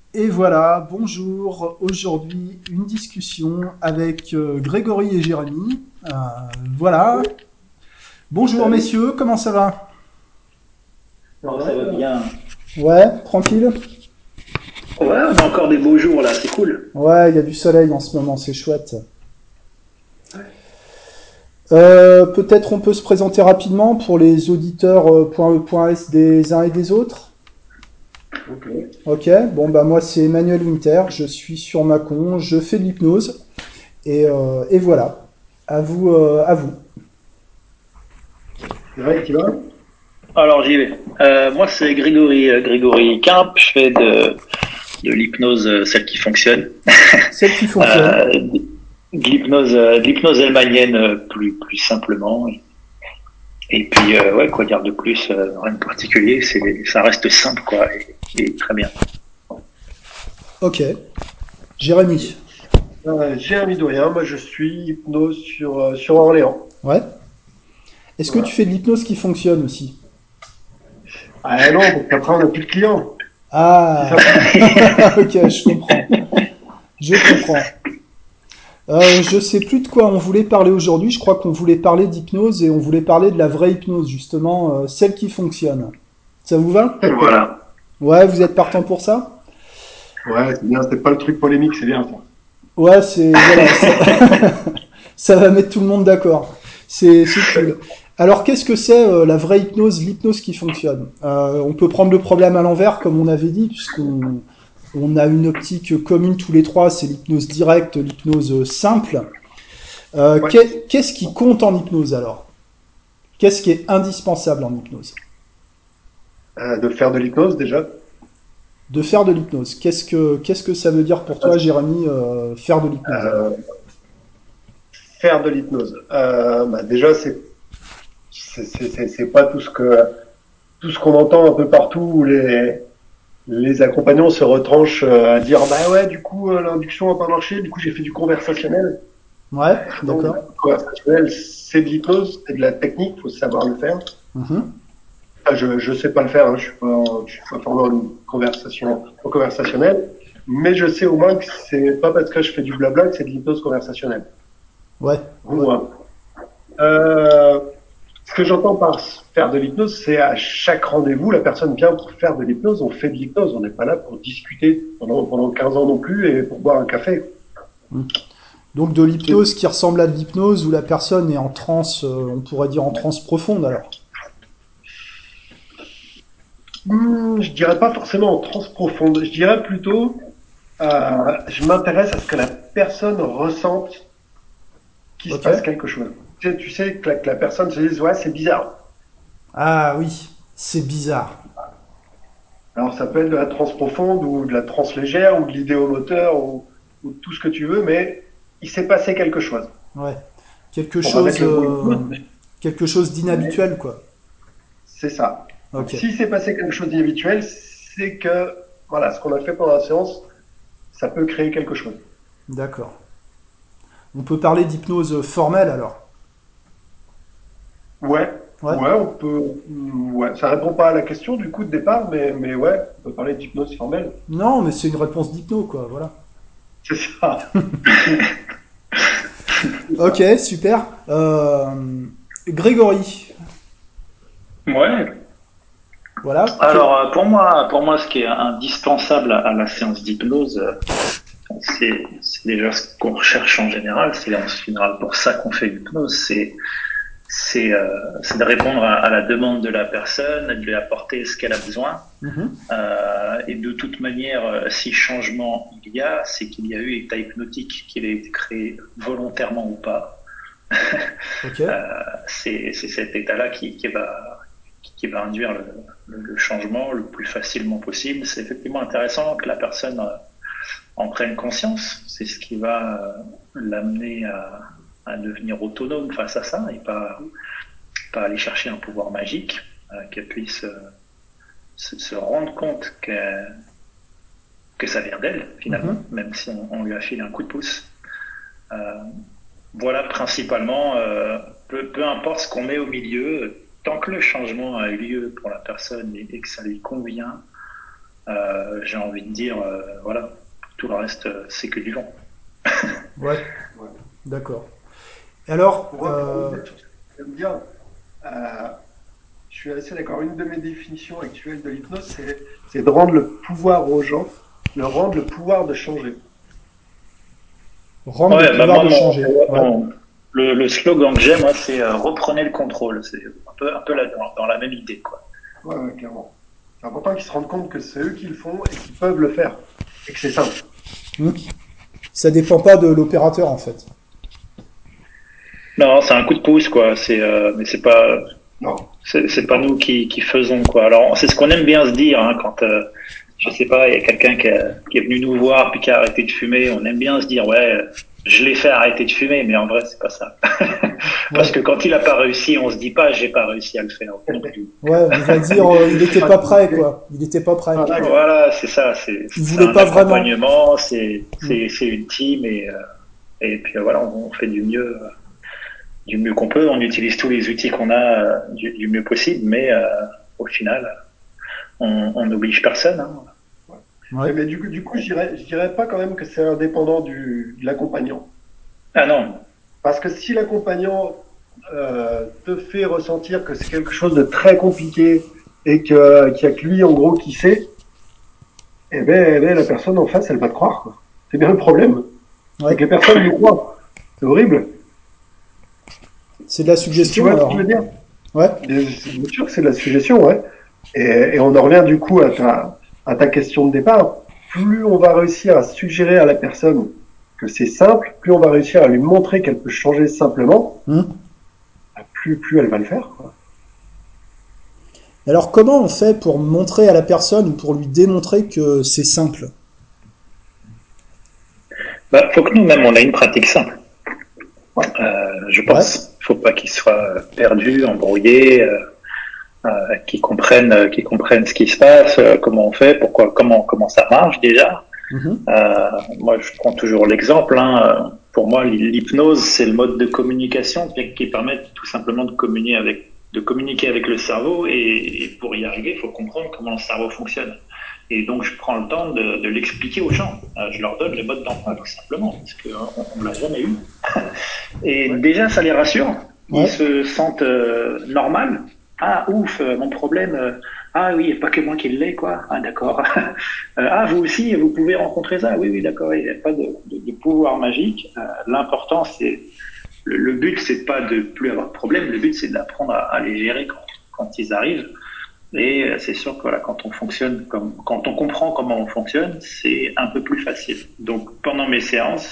Et voilà, bonjour. Aujourd'hui, une discussion avec Grégory et Jérémy. Voilà. Bonjour Salut. messieurs, comment ça va? Oh, ça va bien. Ouais, tranquille? Ouais, on a encore des beaux jours là, c'est cool. Ouais, il y a du soleil en ce moment, c'est chouette. Ouais. Peut-être on peut se présenter rapidement pour les auditeurs point .es des uns et des autres. Ok. Ok, bon bah moi c'est Emmanuel Winter, je suis sur Macon, je fais de l'hypnose et voilà. À vous, à vous. Ouais, tu vas? Alors j'y vais. Moi c'est Grégory Quimp, je fais de l'hypnose, celle qui fonctionne. Celle qui fonctionne. Euh, de l'hypnose hellmanienne plus simplement. Et puis ouais, quoi dire de plus, rien de particulier, ça reste simple quoi, et très bien. Ok. Jérémy. Jérémy Doyen, moi je suis hypnose sur Orléans. Ouais. Est-ce que tu Voilà. fais de l'hypnose qui fonctionne aussi? Ah non, parce qu'après on n'a plus de clients. Si Ah, ça peut. ok, je comprends. Je comprends. Je sais plus de quoi on voulait parler aujourd'hui. Je crois qu'on voulait parler d'hypnose et on voulait parler de la vraie hypnose, justement, celle qui fonctionne. Ça vous va? Voilà. Ouais, vous êtes partant pour ça? Ouais, c'est bien, c'est pas le truc polémique, c'est bien ça. Ouais, c'est voilà, ça va mettre tout le monde d'accord. C'est cool. Alors, qu'est-ce que c'est la vraie hypnose, l'hypnose qui fonctionne? On peut prendre le problème à l'envers, comme on avait dit, puisqu'on on a une optique commune tous les trois, c'est l'hypnose directe, l'hypnose simple. Ouais. Qu'est-ce qui compte en hypnose alors? Qu'est-ce qui est indispensable en hypnose? De faire de l'hypnose déjà. De faire de l'hypnose. Qu'est-ce que ça veut dire pour toi, Parce- Jérémy, faire de l'hypnose alors? euh, Faire de l'hypnose. Bah, déjà, c'est pas tout ce qu'on entend un peu partout où les accompagnants se retranchent à dire bah ouais, du coup, l'induction a pas marché, du coup, j'ai fait du conversationnel. Ouais, Non, d'accord. le conversationnel, c'est de l'hypnose, c'est de la technique, faut savoir le faire. Mhm. Ah, je sais pas le faire, hein, je suis pas formé en conversationnel, mais je sais au moins que c'est pas parce que je fais du blabla que c'est de l'hypnose conversationnelle. Ouais, ouais. Ouais. Euh, Ce que j'entends par faire de l'hypnose, c'est à chaque rendez-vous, la personne vient pour faire de l'hypnose, on fait de l'hypnose, on n'est pas là pour discuter pendant 15 ans non plus et pour boire un café. Donc de C'est- l'hypnose qui ressemble à de l'hypnose où la personne est en transe, on pourrait dire en transe profonde alors. Je dirais pas forcément en transe profonde, je dirais plutôt, je m'intéresse à ce que la personne ressente qu'il se Ok. passe quelque chose. Tu sais que la personne se dise, ouais, c'est bizarre. Ah oui, c'est bizarre. Alors ça peut être de la transe profonde ou de la transe légère ou de l'idéomoteur ou tout ce que tu veux, mais il s'est passé quelque chose. Ouais. Quelque On va chose, mettre le mot euh, hypnose, quelque chose mais d'inhabituel quoi. c'est ça. Donc Ok. s'il s'est passé quelque chose d'inhabituel, c'est que voilà, ce qu'on a fait pendant la séance, ça peut créer quelque chose. D'accord. On peut parler d'hypnose formelle alors. Ouais, Ouais. ouais, on peut. Ouais, ça répond pas à la question du coup de départ, mais ouais, on peut parler d'hypnose formelle. Non, mais c'est une réponse d'hypno quoi. Voilà. C'est ça. C'est Ok, ça. super. Grégory. Ouais. Voilà. Alors pour moi, ce qui est indispensable à la séance d'hypnose, c'est déjà ce qu'on recherche en général. C'est en général pour ça qu'on fait l'hypnose. C'est euh, c'est de répondre à la demande de la personne, de lui apporter ce qu'elle a besoin. Mhm. Et de toute manière, si changement il y a, c'est qu'il y a eu état hypnotique, qu'il a été créé volontairement ou pas. Ok. C'est cet état-là qui va induire le changement le plus facilement possible. C'est effectivement intéressant que la personne en prenne conscience. C'est ce qui va l'amener à devenir autonome face à ça et pas aller chercher un pouvoir magique, qu'elle puisse se rendre compte que ça vient d'elle finalement, Mhm. même si on lui a filé un coup de pouce. Euh, voilà principalement, peu importe ce qu'on met au milieu, tant que le changement a eu lieu pour la personne et que ça lui convient, j'ai envie de dire, voilà, tout le reste, c'est que du vent. Ouais, Ouais. d'accord. Et alors, Pour rebondir sur ce que tu viens de dire, euh, je suis assez d'accord. Une de mes définitions actuelles de l'hypnose, c'est de rendre le pouvoir aux gens, de rendre le pouvoir de changer. rendre le Ouais, bah pouvoir moi, de changer. Ouais, le slogan que j'aime, moi, c'est reprenez le contrôle. C'est un peu là, dans la même idée, quoi. Ouais, ouais, clairement. C'est important qu'ils se rendent compte que c'est eux qui le font et qu'ils peuvent le faire. Et que c'est simple. hmm. Ça dépend pas de l'opérateur en fait. Non, c'est un coup de pouce, quoi. Mais Non. c'est pas nous qui faisons, quoi. Alors, c'est ce qu'on aime bien se dire, hein, quand, je sais pas, il y a quelqu'un qui est venu nous voir puis qui a arrêté de fumer. On aime bien se dire, ouais, je l'ai fait arrêter de fumer, mais en vrai, c'est pas ça. Parce Ouais, que quand il a pas réussi, on se dit pas, j'ai pas réussi à le faire non plus. ouais, on va dire il C'est était pas pas prêt compliqué. quoi. Il était pas prêt. Voilà, Voilà, c'est ça. Il C'est voulait un pas vraiment. accompagnement, Hmm. c'est une team et puis voilà, on fait du mieux qu'on peut. On utilise tous les outils qu'on a du mieux possible, mais au final, on n'oblige personne. Hein. ouais. Ouais. Mais du coup, je dirais pas quand même que c'est indépendant de l'accompagnant. Ah non, Parce que si l'accompagnant te fait ressentir que c'est quelque chose de très compliqué et qu'il y a que lui, en gros, qui sait, eh ben, la personne en face, elle va te croire, quoi. C'est bien le problème. C'est Ouais. que les personnes nous croient. C'est horrible. C'est de la Tu suggestion vois ce alors, que je veux hein. dire? Ouais. Bien sûr que c'est de la suggestion, ouais. Et on en revient du coup à ta question de départ. Plus on va réussir à suggérer à la personne que c'est simple, plus on va réussir à lui montrer qu'elle peut changer simplement, Hmm. plus elle va le faire, quoi. Alors comment on fait pour montrer à la personne ou pour lui démontrer que c'est simple? bah, faut que nous-mêmes on ait une pratique simple. Ouais. Je Ouais. pense. Faut pas qu'ils soient perdus, embrouillés, qu'ils comprennent ce qui se passe, comment on fait, pourquoi, comment ça marche déjà. Mhm. Moi, je prends toujours l'exemple. Hein. Pour moi, l'hypnose, c'est le mode de communication qui permet tout simplement de communiquer avec le cerveau. Et pour y arriver, il faut comprendre comment le cerveau fonctionne. Et donc, je prends le temps de l'expliquer aux gens. Je leur donne le mode d'emploi, tout simplement, parce qu'on on l'a jamais eu. Et Ouais. déjà, ça les rassure. Ils Ouais. se sentent normal. Ah, ouf, mon problème. Ah oui, pas que moi qui l'ai, quoi. Ah, d'accord. Ah, vous aussi, vous pouvez rencontrer ça. Oui, oui, d'accord. Il n'y a pas de pouvoir magique. L'important, c'est le but, c'est pas de plus avoir de problème. Le but, c'est d'apprendre à les gérer quand ils arrivent. Et c'est sûr que voilà, quand on comprend comment on fonctionne, c'est un peu plus facile. Donc, pendant mes séances,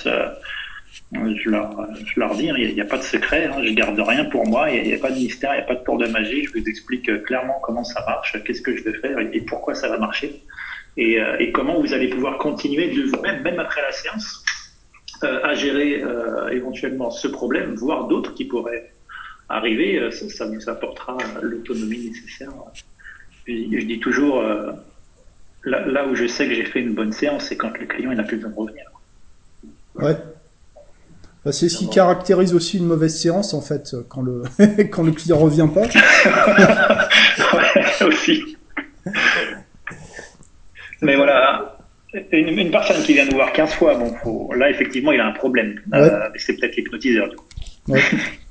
je leur dis, hein, il n'y a pas de secret, hein, je garde rien pour moi, il n'y a pas de mystère, il n'y a pas de tour de magie, je vous explique clairement comment ça marche, qu'est-ce que je vais faire et pourquoi ça va marcher, et comment vous allez pouvoir continuer de vous-même, même après la séance, à gérer éventuellement ce problème, voire d'autres qui pourraient arriver, ça vous apportera l'autonomie nécessaire. Je dis toujours, là où je sais que j'ai fait une bonne séance, c'est quand le client il n'a plus besoin de revenir. Ouais, Ouais. Bah, c'est ce qui clairement. caractérise aussi une mauvaise séance en fait, quand le quand le client revient pas. Ouais, aussi. C'est Mais ça. voilà, une personne qui vient nous voir 15 fois, bon, là, effectivement, il a un problème. Ouais. Mais c'est peut-être l'hypnotiseur, du coup. Ouais.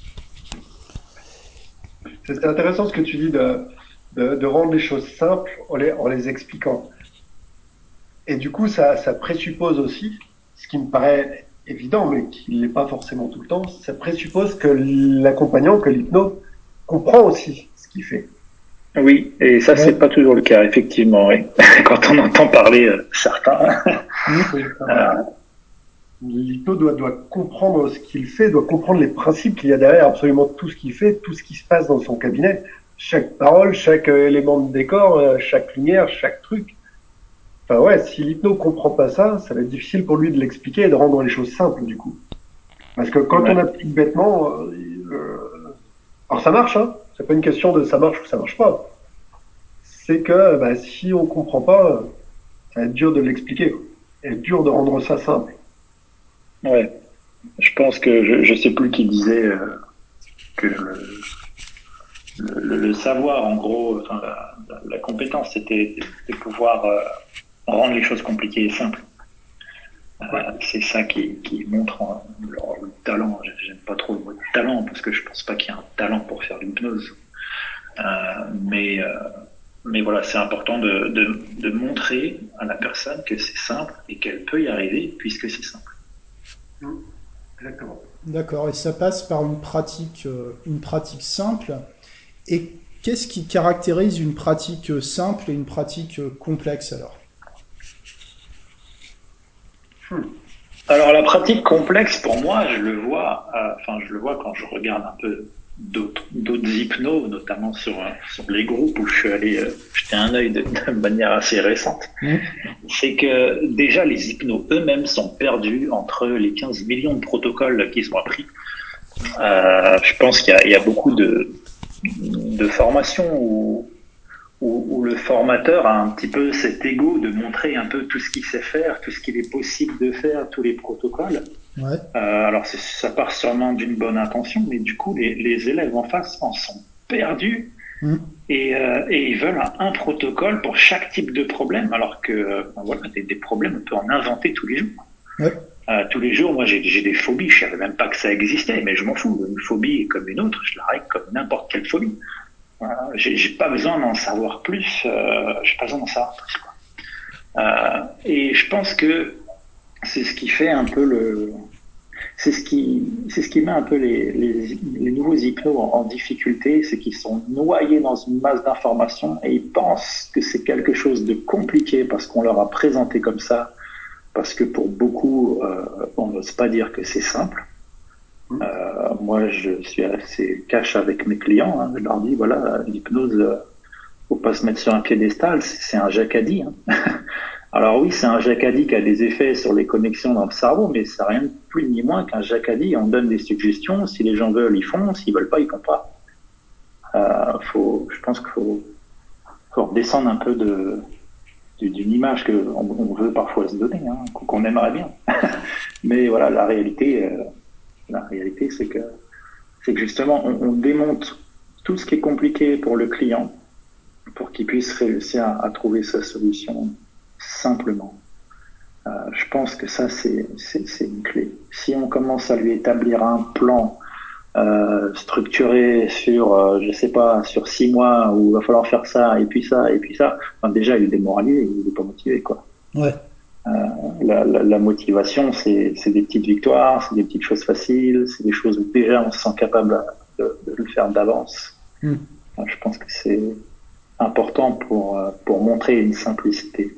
C'est intéressant ce que tu dis de rendre les choses simples en les expliquant. Et du coup, ça présuppose aussi, ce qui me paraît évident, mais qui ne l'est pas forcément tout le temps, ça présuppose que l'accompagnant, que l'hypno, comprend aussi ce qu'il fait. Oui, et ça, c'est Ouais. pas toujours le cas, effectivement. Oui. Quand on entend parler certains. Hmm. Oui, voilà. L'hypno doit comprendre ce qu'il fait, doit comprendre les principes qu'il y a derrière absolument tout ce qu'il fait, tout ce qui se passe dans son cabinet. Chaque parole, chaque élément de décor, chaque lumière, chaque truc. Enfin ouais, si l'hypno comprend pas ça, ça va être difficile pour lui de l'expliquer et de rendre les choses simples du coup. Parce que quand on Ouais. applique bêtement, alors ça marche, hein. C'est pas une question de ça marche ou ça marche pas. C'est que bah, si on comprend pas, ça va être dur de l'expliquer, quoi. Et dur de rendre ça simple. Ouais. Je pense que je sais plus qui disait que le savoir, en gros, enfin, la compétence, c'était de pouvoir rendre les choses compliquées et simples. Ouais. C'est ça qui montre le talent. J'aime pas trop le mot talent parce que je pense pas qu'il y ait un talent pour faire l'hypnose. Euh, mais, euh, mais voilà, c'est important de montrer à la personne que c'est simple et qu'elle peut y arriver puisque c'est simple. Mm. Exactement. D'accord, et ça passe par une pratique simple. Et qu'est-ce qui caractérise une pratique simple et une pratique complexe alors? Hmm. Alors la pratique complexe, pour moi, je le vois quand je regarde un peu d'autres hypnos, notamment sur les groupes où je suis allé jeter un œil de manière assez récente. Hmm. C'est que déjà les hypnos eux-mêmes sont perdus entre les 15 millions de protocoles qu'ils ont appris. Je pense qu'il y a beaucoup de formations où le formateur a un petit peu cet ego de montrer un peu tout ce qu'il sait faire, tout ce qu'il est possible de faire, tous les protocoles. Ouais. Alors ça part sûrement d'une bonne intention, mais du coup les élèves en face en sont perdus Hmm. et ils veulent un protocole pour chaque type de problème, alors que voilà, des problèmes on peut en inventer tous les jours. Ouais. Tous les jours, moi j'ai des phobies, je savais même pas que ça existait, mais je m'en fous. Une phobie est comme une autre, je la règle comme n'importe quelle phobie. J'ai pas besoin d'en savoir plus, j'ai pas besoin d'en savoir plus. Quoi. Et je pense que c'est ce qui fait un peu c'est ce qui met un peu les nouveaux hypnos en difficulté, c'est qu'ils sont noyés dans une masse d'informations et ils pensent que c'est quelque chose de compliqué parce qu'on leur a présenté comme ça, parce que pour beaucoup, on n'ose pas dire que c'est simple. Hmm. Moi, je suis assez cash avec mes clients. Hein. Je leur dis, voilà, l'hypnose, faut pas se mettre sur un piédestal, c'est un jacadi. Hein. Alors oui, c'est un jacadi qui a des effets sur les connexions dans le cerveau, mais c'est rien de plus ni moins qu'un jacadi. On donne des suggestions. Si les gens veulent, ils font. S'ils veulent pas, ils font pas. Je pense faut redescendre un peu d'une image on veut parfois se donner, hein, qu'on aimerait bien. Mais voilà, la réalité, c'est que justement, on démonte tout ce qui est compliqué pour le client pour qu'il puisse réussir à trouver sa solution simplement. Je pense que ça, c'est une clé. Si on commence à lui établir un plan structuré sur, je sais pas, sur 6 mois où il va falloir faire ça et puis ça, enfin, déjà il est démoralisé, il est pas motivé quoi. Ouais. La motivation, c'est des petites victoires, c'est des petites choses faciles, c'est des choses où déjà on se sent capable de le faire d'avance. Hmm. Je pense que c'est important pour montrer une simplicité.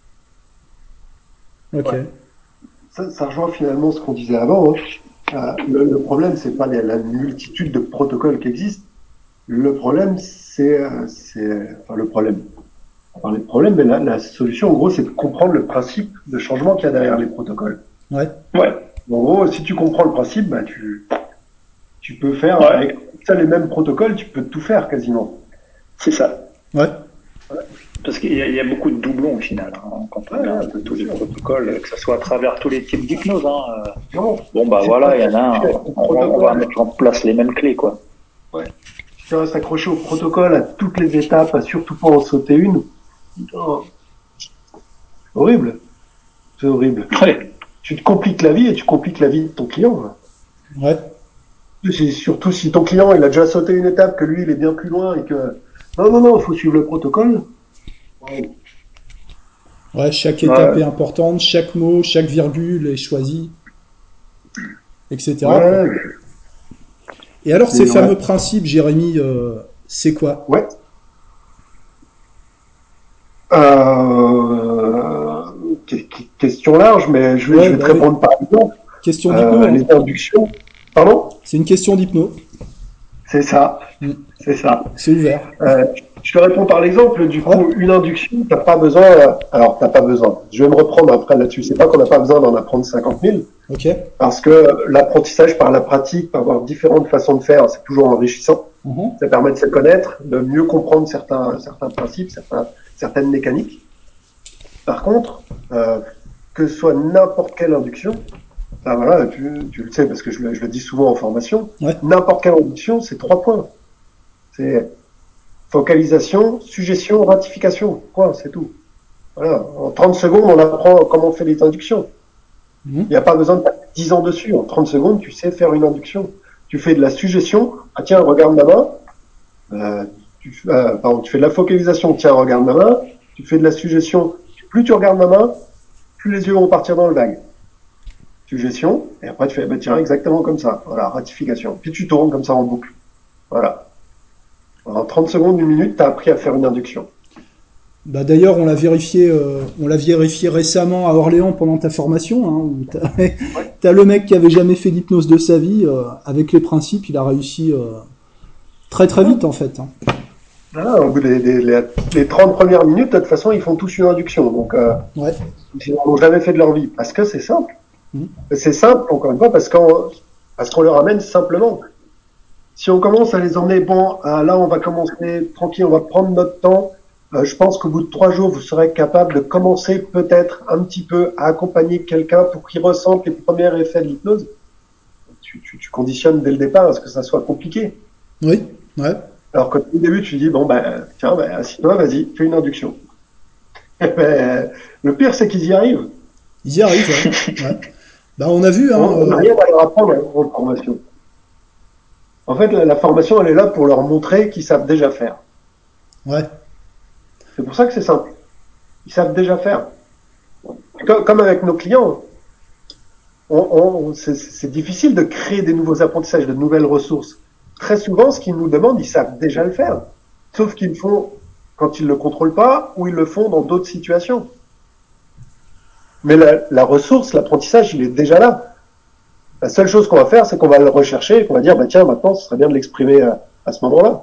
Ok. Ouais. Ça rejoint finalement ce qu'on disait avant. Hein. Le problème, c'est pas la multitude de protocoles qui existent. Le problème, enfin, le problème. On parle de problème, mais la solution, en gros, c'est de comprendre le principe de changement qu'il y a derrière les protocoles. Ouais. Ouais, En gros, si tu comprends le principe, bah, tu peux faire avec ouais, ça les mêmes protocoles, tu peux tout faire quasiment. c'est ça. Ouais. Parce il y a beaucoup de doublons au final, hein, quand on Ouais, regarde ouais, un peu bien tous les sûr. protocoles, que ce soit à travers tous les types d'hypnose. Hein. Non, Bon bah si tu voilà, il y restes en a un, accroché au on va protocole, mettre en place les mêmes clés quoi. ouais. Si tu restes accroché au protocole à toutes les étapes, à surtout pas en sauter une, oh, horrible. C'est horrible. Ouais, Tu te compliques la vie et tu compliques la vie de ton client. Ouais. Surtout si ton client il a déjà sauté une étape, que lui il est bien plus loin et que non, il faut suivre le protocole. Wow. Ouais. Chaque étape est ouais, importante, chaque mot, chaque virgule est choisi, etc. quoi. Ouais, Et alors, ces c'est ouais, fameux principes, Jérémy, c'est quoi? ouais. Euh, question large, mais je Ouais, vais te bah oui. répondre par exemple. Question d'hypno, Les hein. inductions. Pardon? C'est une question d'hypno. C'est ça, Hmm. c'est ça. C'est ouvert. Je te réponds par l'exemple, du Ouais. coup, une induction, t'as pas besoin, alors t'as pas besoin, je vais me reprendre après là-dessus, c'est pas qu'on n'a pas besoin d'en apprendre 50 000, Ok. parce que l'apprentissage par la pratique, par avoir différentes façons de faire, c'est toujours enrichissant, Mhm. ça permet de se connaître, de mieux comprendre certains principes, certaines mécaniques. Par contre, que ce soit n'importe quelle induction, ben voilà, tu le sais parce que je le dis souvent en formation, Ouais. n'importe quelle induction, c'est 3 points. C'est focalisation, suggestion, ratification. Point, c'est tout. Voilà. En 30 secondes, on apprend comment on fait les inductions. Il n'y a pas besoin de passer 10 ans dessus. En 30 secondes, tu sais faire une induction. Tu fais de la suggestion. Ah tiens, regarde ma main. Tu fais de la focalisation. Tiens, regarde ma main. Tu fais de la suggestion. Plus tu regardes ma main, plus les yeux vont partir dans le bag. Suggestion. Et après, tu fais, bah, tiens, exactement comme ça. Voilà, ratification. Puis tu tournes comme ça en boucle. Voilà. En 30 secondes, une minute, tu as appris à faire une induction. Bah d'ailleurs, on l'a vérifié récemment à Orléans pendant ta formation, hein, où t'as le mec qui avait jamais fait d'hypnose de sa vie, avec les principes, il a réussi très très vite en fait. Hein. Voilà, au bout les 30 premières minutes, de toute façon, ils font tous une induction. Donc, Ouais. ils n'ont jamais fait de leur vie. Parce que c'est simple. Mmh. C'est simple, encore une fois, parce qu'on leur amène simplement. Si on commence à les emmener, bon, là, on va commencer tranquille, on va prendre notre temps. Je pense qu'au bout de 3 jours, vous serez capable de commencer peut-être un petit peu à accompagner quelqu'un pour qu'il ressente les premiers effets de l'hypnose. Tu conditionnes dès le départ à ce que ça soit compliqué. Oui, ouais. Alors qu'au début, tu dis, bon, ben, tiens, ben, assis-toi, vas-y, fais une induction. Ben, le pire, c'est qu'ils y arrivent. Ils y arrivent, ouais. Ouais. Bah on a vu, hein. On n'a rien à leur apprendre en formation. En fait, la formation, elle est là pour leur montrer qu'ils savent déjà faire. Ouais. C'est pour ça que c'est simple. Ils savent déjà faire. Comme avec nos clients, c'est difficile de créer des nouveaux apprentissages, de nouvelles ressources. Très souvent, ce qu'ils nous demandent, ils savent déjà le faire. Sauf qu'ils le font quand ils ne le contrôlent pas ou ils le font dans d'autres situations. Mais la ressource, l'apprentissage, il est déjà là. La seule chose qu'on va faire, c'est qu'on va le rechercher et qu'on va dire, bah tiens, maintenant, ce serait bien de l'exprimer à ce moment-là.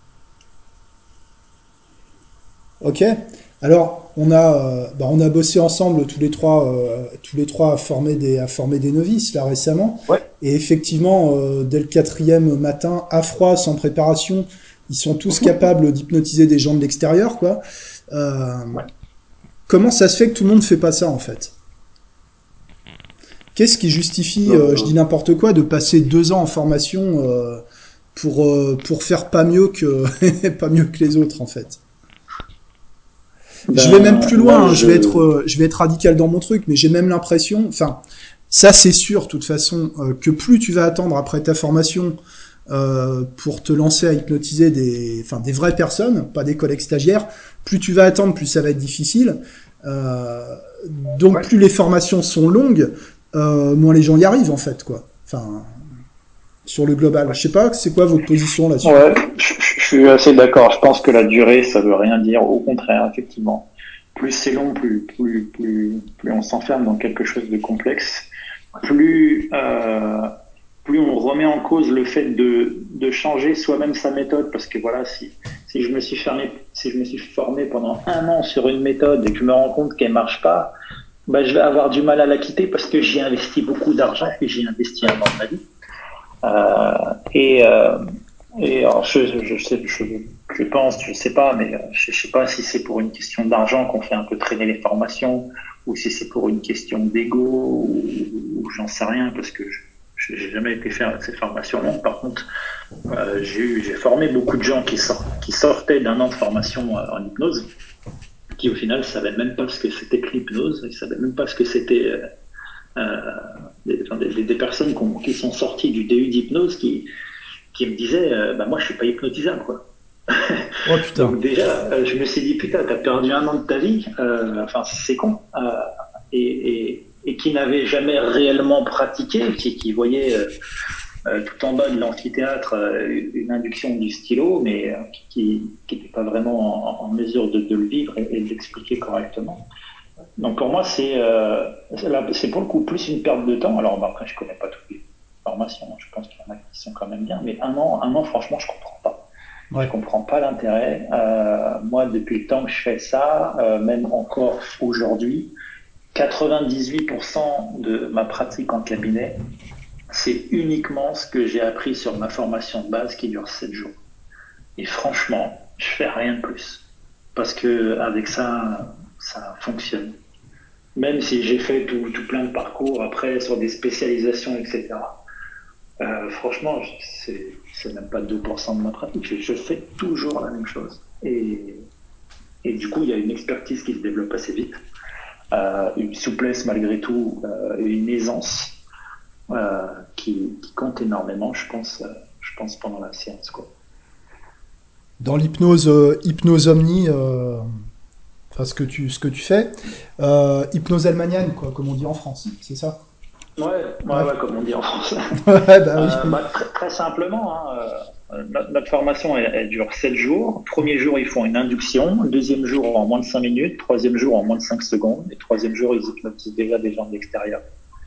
Ok. Alors on a bossé ensemble tous les trois à former des novices là récemment. Ouais. Et effectivement, dès le quatrième matin, à froid, sans préparation, ils sont tous capables d'hypnotiser des gens de l'extérieur, quoi. Euh, Ouais. Comment ça se fait que tout le monde fait pas ça en fait? Qu'est-ce qui justifie, je dis n'importe quoi, de passer 2 ans en formation pour faire pas mieux que pas mieux que les autres en fait? Je vais même plus Moi, loin, hein, je vais être radical dans mon truc, mais j'ai même l'impression, enfin, ça c'est sûr, de toute façon, que plus tu vas attendre après ta formation pour te lancer à hypnotiser des vraies personnes, pas des collègues stagiaires, plus tu vas attendre, plus ça va être difficile. Euh, donc Ouais. plus les formations sont longues, moins les gens y arrivent en fait, quoi. Enfin, sur le global. Je sais pas, c'est quoi votre position là-dessus? ouais, je suis assez d'accord. Je pense que la durée, ça veut rien dire. Au contraire, effectivement. Plus c'est long, plus on s'enferme dans quelque chose de complexe. Plus, plus on remet en cause le fait de changer soi-même sa méthode. Parce que voilà, si je me suis si je me suis formé pendant 1 an sur une méthode et que je me rends compte qu'elle marche pas, bah, je vais avoir du mal à la quitter parce que j'y ai investi beaucoup d'argent et j'y ai investi 1 an de ma vie. Et, alors je pense, je sais pas, mais je sais pas si c'est pour une question d'argent qu'on fait un peu traîner les formations ou si c'est pour une question d'ego ou j'en sais rien parce que j'ai jamais été faire ces formations longues. Par contre, j'ai formé beaucoup de gens qui sortaient d'1 an de formation en hypnose, qui au final savaient même pas ce que c'était que l'hypnose, ils savaient même pas ce que c'était des personnes qui sont sorties du DU d'hypnose qui me disaient bah moi je suis pas hypnotisable quoi. Oh putain. Donc déjà je me suis dit putain t'as perdu 1 an de ta vie, enfin c'est con, et qui n'avait jamais réellement pratiqué, qui voyait tout en bas de l'amphithéâtre une induction du stylo, mais qui n'était pas vraiment en mesure de le vivre et de l'expliquer correctement. Donc pour moi, c'est pour le coup plus une perte de temps. Alors après, je connais pas toutes les formations, je pense qu'il y en a qui sont quand même bien, mais 1 an, franchement, je comprends pas. Je Ouais. comprends pas l'intérêt. Moi, depuis le temps que je fais ça, même encore aujourd'hui, 98% de ma pratique en cabinet, c'est uniquement ce que j'ai appris sur ma formation de base qui dure 7 jours. Et franchement, je fais rien de plus. Parce que avec ça, ça fonctionne. Même si j'ai fait tout plein de parcours après sur des spécialisations, etc. Franchement, c'est même pas 2% de ma pratique. Je fais toujours la même chose. Et du coup, il y a une expertise qui se développe assez vite, une souplesse malgré tout, et une aisance qui compte énormément, je pense pendant la séance, quoi. Dans l'hypnose hypnose omni, enfin ce que tu fais, hypnose almanienne, quoi, comme on dit en France, c'est ça? Ouais, ouais, Ouais. ouais, comme on dit en France. Ouais, bah oui. Très simplement, hein, notre formation, elle dure 7 jours. Premier jour, ils font une induction. Le deuxième jour, en moins de 5 minutes. Troisième jour, en moins de 5 secondes. Et troisième jour, ils hypnotisent déjà des gens de l'extérieur.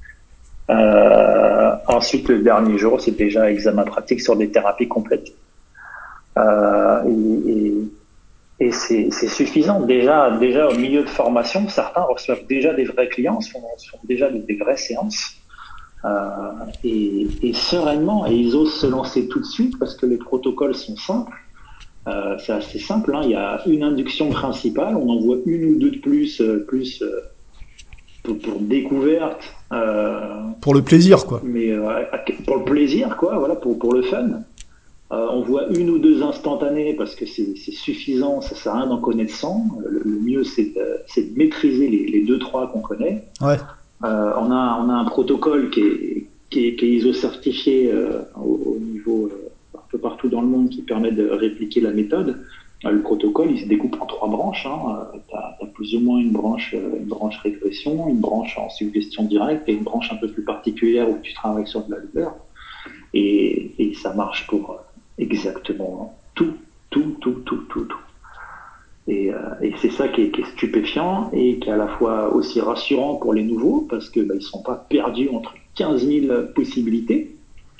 Ensuite, le dernier jour, c'est déjà examen pratique sur des thérapies complètes. Euh, et, et c'est suffisant. Déjà, au milieu de formation, certains reçoivent déjà des vrais clients, font déjà des vraies séances. Euh, et sereinement, et ils osent se lancer tout de suite parce que les protocoles sont simples. C'est assez simple, hein. Il y a une induction principale, on en voit une ou deux de plus pour découverte, Pour le plaisir, quoi. mais pour le plaisir, quoi, voilà, pour le fun. On voit une ou deux instantanées parce que c'est suffisant, ça sert à rien d'en connaître 100. Le mieux, c'est de maîtriser les deux, trois qu'on connaît. Ouais. On a un protocole qui est ISO certifié au niveau un peu partout dans le monde qui permet de répliquer la méthode. Le protocole, il se découpe en trois branches. Hein. Tu as plus ou moins une branche régression, une branche en suggestion directe et une branche un peu plus particulière où tu travailles sur de la douleur. Et ça marche pour exactement tout. Et c'est ça qui est stupéfiant et qui est à la fois aussi rassurant pour les nouveaux parce que ils sont pas perdus entre 15 000 possibilités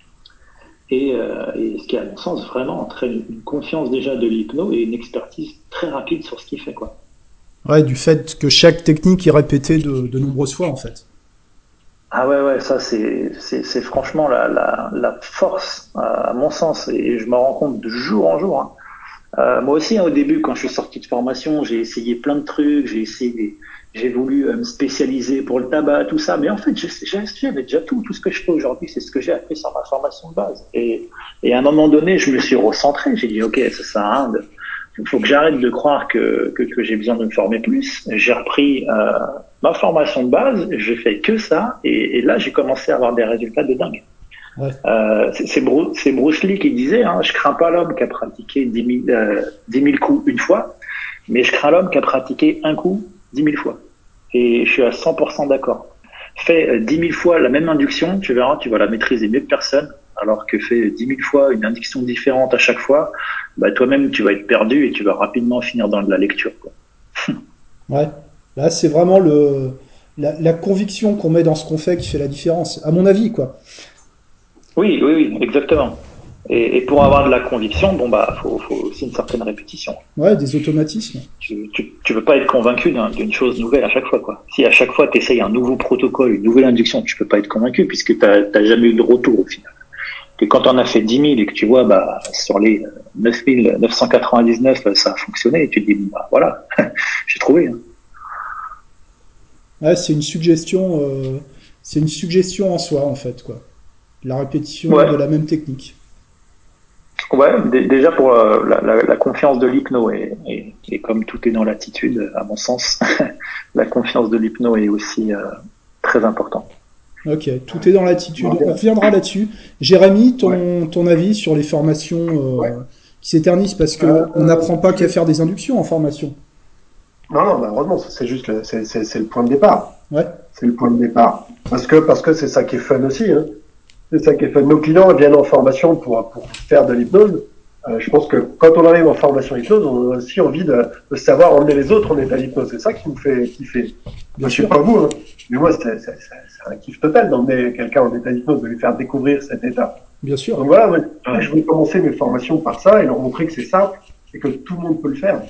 et ce qui à mon sens vraiment entraîne une confiance déjà de l'hypno et une expertise très rapide sur ce qu'il fait, quoi. Ouais, du fait que chaque technique est répétée de nombreuses fois, en fait. Ah ouais, ouais, ça c'est franchement la force à mon sens et je me rends compte de jour en jour, hein. Moi aussi, hein, au début, quand je suis sorti de formation, j'ai essayé plein de trucs, j'ai voulu me spécialiser pour le tabac, tout ça, mais en fait, j'avais déjà tout ce que je fais aujourd'hui, c'est ce que j'ai appris sur ma formation de base. Et à un moment donné, je me suis recentré, j'ai dit, ok, ça sert à rien il faut que j'arrête de croire que j'ai besoin de me former plus. J'ai repris ma formation de base, j'ai fait que ça, et là, j'ai commencé à avoir des résultats de dingue. Ouais. C'est Bruce Lee qui disait, hein, je crains pas l'homme qui a pratiqué 10 000 coups une fois, mais je crains l'homme qui a pratiqué un coup 10 000 fois. Et je suis à 100% d'accord. Fais 10 000 fois la même induction, tu verras, tu vas la maîtriser mieux que personne, alors que fais 10 000 fois une induction différente à chaque fois, toi-même tu vas être perdu et tu vas rapidement finir dans de la lecture, quoi. Ouais. Là, c'est vraiment la conviction qu'on met dans ce qu'on fait qui fait la différence, à mon avis, quoi. Oui, exactement. Et pour avoir de la conviction, faut aussi une certaine répétition. Ouais, des automatismes. Tu veux pas être convaincu d'une chose nouvelle à chaque fois, quoi. Si à chaque fois tu essayes un nouveau protocole, une nouvelle induction, tu peux pas être convaincu puisque t'as jamais eu de retour au final. Que quand on a fait 10 000 et que tu vois, sur les 9 999, ça a fonctionné, et tu te dis, voilà, j'ai trouvé, hein. Ouais, c'est une suggestion en soi, en fait, quoi. La répétition Ouais, de la même technique. ouais, déjà pour la confiance de l'hypno et comme tout est dans l'attitude, à mon sens, la confiance de l'hypno est aussi très importante. Ok, tout est dans l'attitude. On Ouais. reviendra là-dessus. Jérémy, Ouais. ton avis sur les formations Ouais. qui s'éternisent parce Euh, qu'on n'apprend pas qu'à je- faire des inductions en formation. Non, non, heureusement, ça, c'est juste c'est le point de départ. Ouais, C'est le point de départ. Parce que c'est ça qui est fun aussi, hein. C'est ça qui est fun. Nos clients viennent en formation pour faire de l'hypnose. Je pense que quand on arrive en formation hypnose, on a aussi envie de savoir emmener les autres en état d'hypnose. C'est ça qui nous fait kiffer. bien Moi, je sais sûr, pas vous, hein, mais moi, c'est un kiff total d'emmener quelqu'un en état d'hypnose, de lui faire découvrir cet état. bien sûr. Donc voilà, moi, Ouais. je voulais commencer mes formations par ça et leur montrer que c'est simple et que tout le monde peut le faire.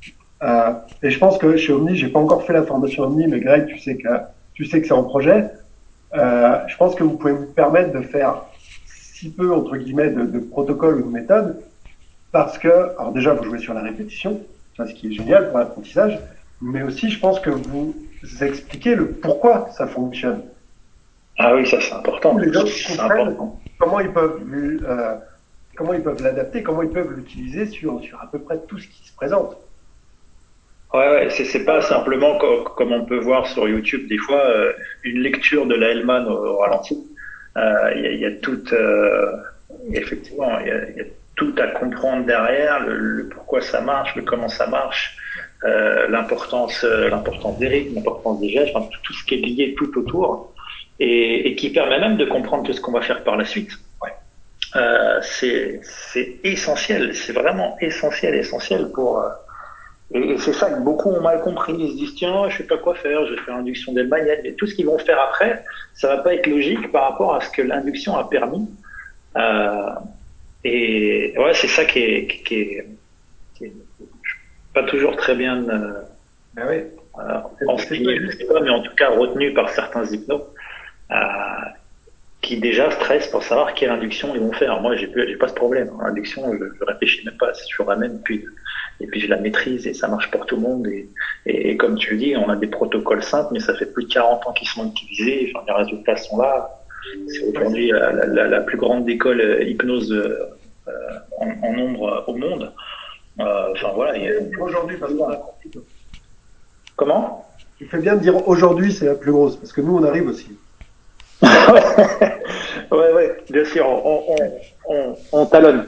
Et je pense que chez Omni, j'ai pas encore fait la formation Omni, mais Greg, tu sais que c'est en projet. Je pense que vous pouvez vous permettre de faire si peu, entre guillemets, de protocoles ou de méthodes, parce que, alors déjà, vous jouez sur la répétition, ça, ce qui est génial pour l'apprentissage, mais aussi, je pense que vous expliquez le pourquoi ça fonctionne. Ah oui, ça c'est Où important. les autres C'est comprennent important. comment ils peuvent comment ils peuvent l'adapter, comment ils peuvent l'utiliser sur à peu près tout ce qui se présente. Ouais, ouais, c'est pas simplement comme on peut voir sur YouTube des fois une lecture de la Hellman au ralenti. Il y a tout, effectivement, il y a tout à comprendre derrière, le pourquoi ça marche, le comment ça marche, l'importance des rythmes, l'importance des gestes, enfin, tout ce qui est lié tout autour et qui permet même de comprendre tout ce qu'on va faire par la suite. Ouais. C'est essentiel, c'est vraiment essentiel pour et c'est ça que beaucoup ont mal compris. Ils se disent, tiens, je sais pas quoi faire, je vais faire induction d'Hellman. Et tout ce qu'ils vont faire après, ça va pas être logique par rapport à ce que l'induction a permis. Euh, et ouais, c'est ça qui est pas toujours très bien Ah oui. enseigné, je sais pas, mais en tout cas retenu par certains hypnos. Euh, qui déjà stressent pour savoir quelle induction ils vont faire. Moi, j'ai pas ce problème. L'induction, je réfléchis même pas. Je ramène, et puis je la maîtrise et ça marche pour tout le monde. Et comme tu le dis, on a des protocoles simples, mais ça fait plus de 40 ans qu'ils sont utilisés. Enfin, les résultats sont là. C'est aujourd'hui la plus grande école hypnose en nombre au monde. Enfin voilà. Aujourd'hui, parce qu'on a compris. Comment? Tu fais bien de dire aujourd'hui, c'est la plus grosse, parce que nous, on arrive aussi. Ouais, ouais, bien sûr, on talonne.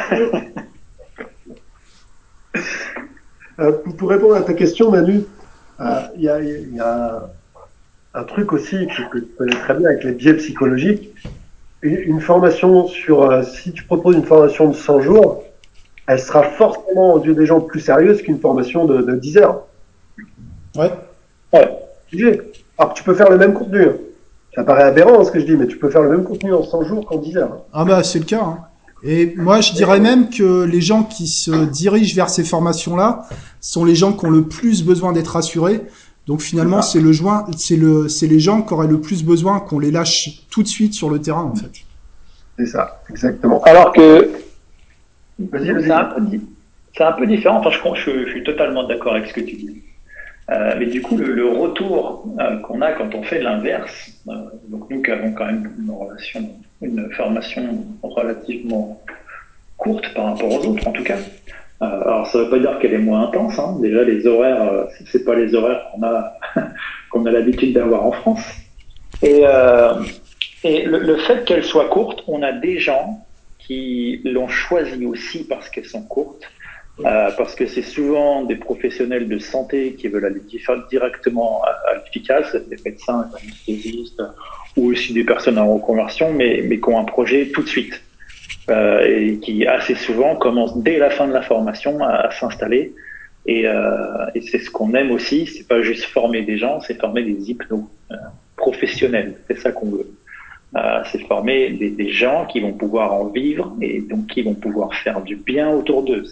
Pour répondre à ta question, Manu, il y a un truc aussi que tu connais très bien avec les biais psychologiques. Une formation si tu proposes une formation de 100 jours, elle sera forcément aux yeux des gens plus sérieuse qu'une formation de 10 heures. Ouais. Ouais. Alors que tu peux faire le même contenu. Hein. Ça paraît aberrant ce que je dis, mais tu peux faire le même contenu en 100 jours qu'en 10 heures. Hein. Ah bah c'est le cas. Hein. Et moi je dirais même que les gens qui se dirigent vers ces formations-là sont les gens qui ont le plus besoin d'être rassurés. Donc finalement c'est les gens qui auraient le plus besoin qu'on les lâche tout de suite sur le terrain en fait. C'est ça, exactement. Alors que Vas-y. c'est un peu différent. Enfin, je suis totalement d'accord avec ce que tu dis. Mais du coup, le retour qu'on a quand on fait l'inverse, donc nous qui avons quand même une formation relativement courte par rapport aux autres, en tout cas. Alors, ça ne veut pas dire qu'elle est moins intense. Hein. Déjà, les horaires, c'est pas les horaires qu'on a l'habitude d'avoir en France. Et, euh, et le fait qu'elles soient courtes, on a des gens qui l'ont choisi aussi parce qu'elles sont courtes, parce que c'est souvent des professionnels de santé qui veulent aller directement à l'efficace, des médecins, des anesthésistes, ou aussi des personnes en reconversion, mais qui ont un projet tout de suite, et qui assez souvent commencent dès la fin de la formation à s'installer. Et c'est ce qu'on aime aussi, c'est pas juste former des gens, c'est former des hypnos professionnels, c'est ça qu'on veut. C'est former des gens qui vont pouvoir en vivre et donc qui vont pouvoir faire du bien autour d'eux.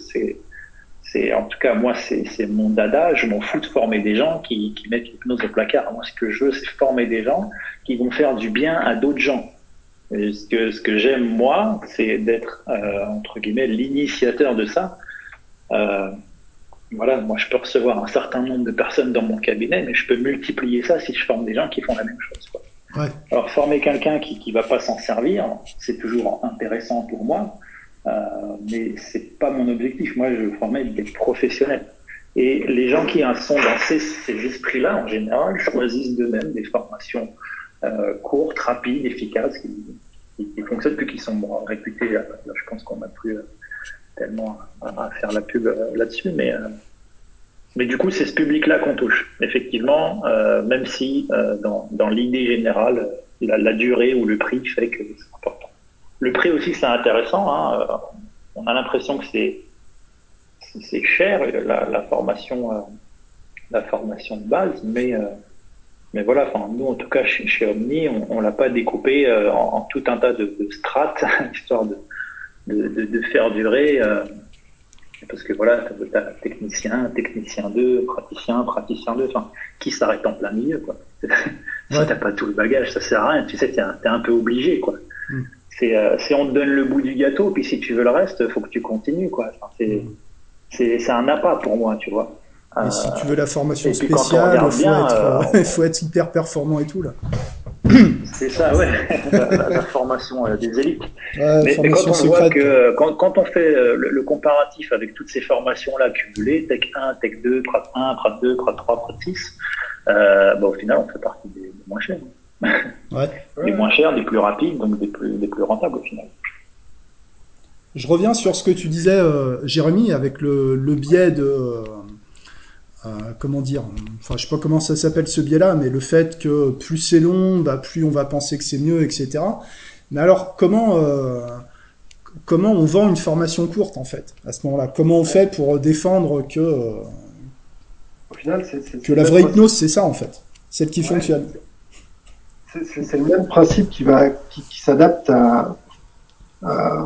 En tout cas, moi, c'est mon dada. Je m'en fous de former des gens qui mettent l'hypnose au placard. Moi, ce que je veux, c'est former des gens qui vont faire du bien à d'autres gens. Et ce que j'aime, moi, c'est d'être, entre guillemets, l'initiateur de ça. Euh, voilà, moi, je peux recevoir un certain nombre de personnes dans mon cabinet, mais je peux multiplier ça si je forme des gens qui font la même chose, quoi. Ouais. Alors, former quelqu'un qui va pas s'en servir, c'est toujours intéressant pour moi, euh, mais c'est pas mon objectif. Moi, je veux former des professionnels. Et les gens qui sont dans ces esprits-là, en général, choisissent d'eux-mêmes des formations courtes, rapides, efficaces, qui fonctionnent, puis qui sont réputés. Là, je pense qu'on n'a plus tellement à faire la pub là-dessus, mais du coup, c'est ce public-là qu'on touche. Effectivement, même si dans l'idée générale, la durée ou le prix fait que c'est important. Le prix aussi, c'est intéressant. Hein. On a l'impression que c'est cher la formation de base, mais voilà. Enfin, nous, en tout cas, chez Omni, on l'a pas découpé en tout un tas de strates histoire de faire durer. Parce que voilà, t'as technicien 2, praticien 2, enfin, qui s'arrête en plein milieu, quoi. Si Ouais. t'as pas tout le bagage, ça sert à rien. Tu sais, t'es un peu obligé, quoi. Mm. C'est on te donne le bout du gâteau, puis si tu veux le reste, faut que tu continues, quoi. Enfin, Mm. c'est un appât pour moi, tu vois. Et si tu veux la formation Et puis quand on spéciale, regarde bien, faut être hyper performant et tout là. C'est ça, ouais, la formation des élites. Ouais, Mais quand formation on voit secrète, quoi. que, quand on fait le comparatif avec toutes ces formations-là cumulées, Tech 1, Tech 2, Prat 1, Prat 2, Prat 3, Prat 6, au final, on fait partie des moins chers. Ouais. Des Ouais. moins chers, des plus rapides, donc des plus rentables au final. Je reviens sur ce que tu disais, Jérémy, avec le biais de, comment dire, enfin je sais pas comment ça s'appelle ce biais-là, mais le fait que plus c'est long, bah, plus on va penser que c'est mieux, etc. Mais alors comment on vend une formation courte en fait à ce moment-là? Comment on fait pour défendre Au final, que c'est le la même vraie principe. hypnose c'est ça en fait, celle qui Ouais. fonctionne. C'est le même principe qui s'adapte à